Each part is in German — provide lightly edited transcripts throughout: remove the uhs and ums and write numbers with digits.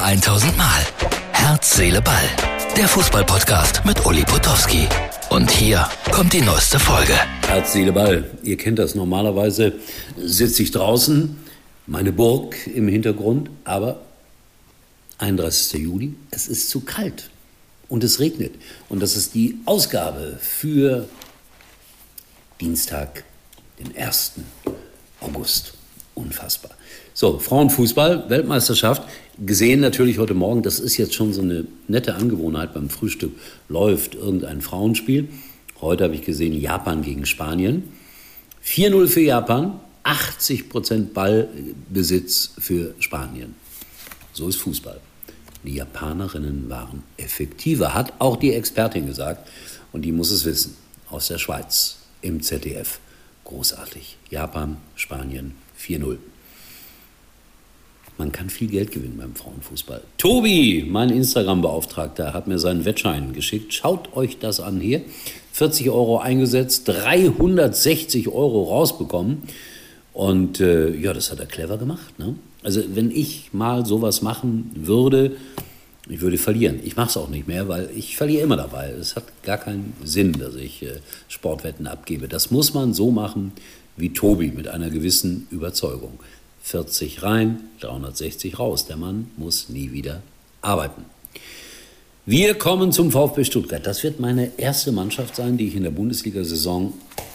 1000 Mal. Herz, Seele, Ball. Der Fußball-Podcast mit Uli Potowski. Und hier kommt die neueste Folge. Herz, Seele, Ball. Ihr kennt das. Normalerweise sitze ich draußen, meine Burg im Hintergrund, aber 31. Juli, es ist zu kalt und es regnet. Und das ist die Ausgabe für Dienstag, den 1. August. Unfassbar. So, Frauenfußball, Weltmeisterschaft, gesehen natürlich heute Morgen, das ist jetzt schon so eine nette Angewohnheit, beim Frühstück läuft irgendein Frauenspiel. Heute habe ich gesehen, Japan gegen Spanien. 4-0 für Japan, 80% Ballbesitz für Spanien. So ist Fußball. Die Japanerinnen waren effektiver, hat auch die Expertin gesagt. Und die muss es wissen, aus der Schweiz, im ZDF. Großartig. Japan, Spanien, 4-0. Man kann viel Geld gewinnen beim Frauenfußball. Tobi, mein Instagram-Beauftragter, hat mir seinen Wettschein geschickt. Schaut euch das an hier. 40 Euro eingesetzt, 360 Euro rausbekommen. Und ja, das hat er clever gemacht, ne? Also wenn ich mal sowas machen würde, ich würde verlieren. Ich mache es auch nicht mehr, weil ich verliere immer dabei. Es hat gar keinen Sinn, dass ich Sportwetten abgebe. Das muss man so machen wie Tobi, mit einer gewissen Überzeugung. 40 rein, 360 raus. Der Mann muss nie wieder arbeiten. Wir kommen zum VfB Stuttgart. Das wird meine erste Mannschaft sein, die ich in der Bundesliga-Saison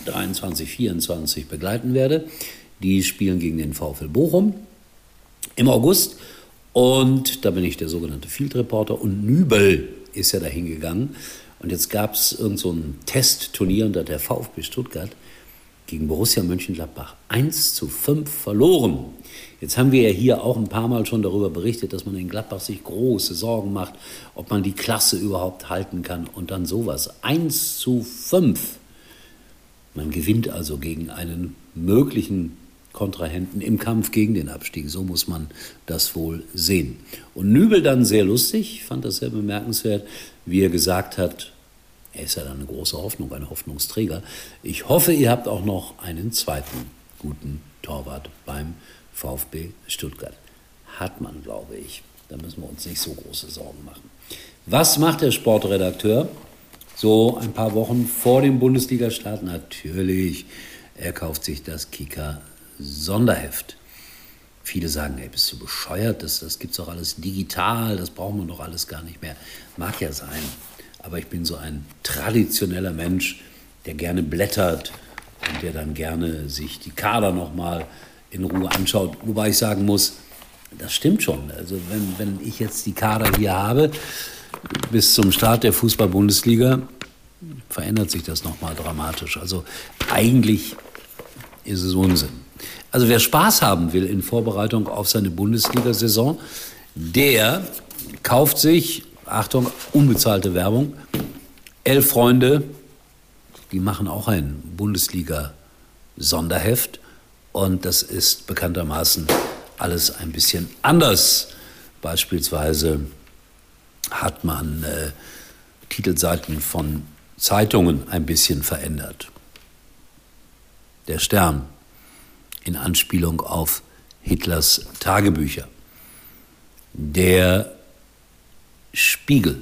23/24 begleiten werde. Die spielen gegen den VfL Bochum im August. Und da bin ich der sogenannte Field Reporter. Und Nübel ist ja dahin gegangen. Und jetzt gab es irgend so ein Testturnier, und da hat der VfB Stuttgart gegen Borussia Mönchengladbach 1:5 verloren. Jetzt haben wir ja hier auch ein paar Mal schon darüber berichtet, dass man in Gladbach sich große Sorgen macht, ob man die Klasse überhaupt halten kann. Und dann sowas. 1:5. Man gewinnt also gegen einen möglichen Kontrahenten im Kampf gegen den Abstieg. So muss man das wohl sehen. Und Nübel dann sehr lustig, ich fand das sehr bemerkenswert, wie er gesagt hat, er ist ja dann eine große Hoffnung, ein Hoffnungsträger. Ich hoffe, ihr habt auch noch einen zweiten guten Torwart beim VfB Stuttgart. Hat man, glaube ich. Da müssen wir uns nicht so große Sorgen machen. Was macht der Sportredakteur so ein paar Wochen vor dem Bundesliga-Start? Natürlich, er kauft sich das Kicker-Sonderheft. Viele sagen, ey, bist du bescheuert? Das gibt's doch alles digital, das brauchen wir doch alles gar nicht mehr. Mag ja sein. Aber ich bin so ein traditioneller Mensch, der gerne blättert und der dann gerne sich die Kader nochmal in Ruhe anschaut. Wobei ich sagen muss, das stimmt schon. Also wenn ich jetzt die Kader hier habe, bis zum Start der Fußball-Bundesliga, verändert sich das nochmal dramatisch. Also eigentlich ist es Unsinn. Also wer Spaß haben will in Vorbereitung auf seine Bundesliga-Saison, der kauft sich, Achtung, unbezahlte Werbung, 11 Freunde, die machen auch ein Bundesliga-Sonderheft und das ist bekanntermaßen alles ein bisschen anders. Beispielsweise hat man Titelseiten von Zeitungen ein bisschen verändert. Der Stern in Anspielung auf Hitlers Tagebücher. Der Spiegel.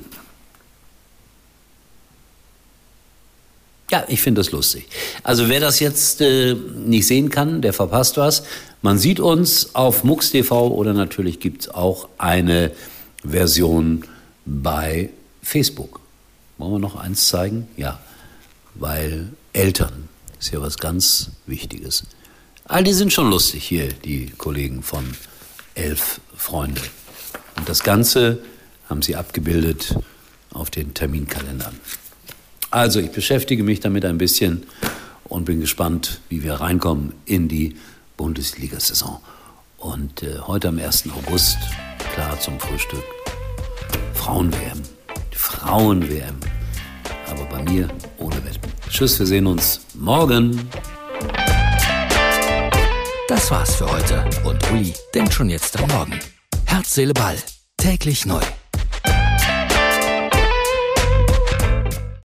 Ja, ich finde das lustig. Also wer das jetzt nicht sehen kann, der verpasst was. Man sieht uns auf MUX TV oder natürlich gibt es auch eine Version bei Facebook. Wollen wir noch eins zeigen? Ja, weil Eltern ist ja was ganz Wichtiges. All die sind schon lustig hier, die Kollegen von 11 Freunde. Und das Ganze haben sie abgebildet auf den Terminkalendern. Also ich beschäftige mich damit ein bisschen und bin gespannt, wie wir reinkommen in die Bundesliga-Saison. Und heute am 1. August, klar zum Frühstück, Frauen-WM. Frauen-WM. Aber bei mir ohne Wetten. Tschüss, wir sehen uns morgen. Das war's für heute. Und Uli denkt schon jetzt am Morgen. Herz, Seele, Ball. Täglich neu.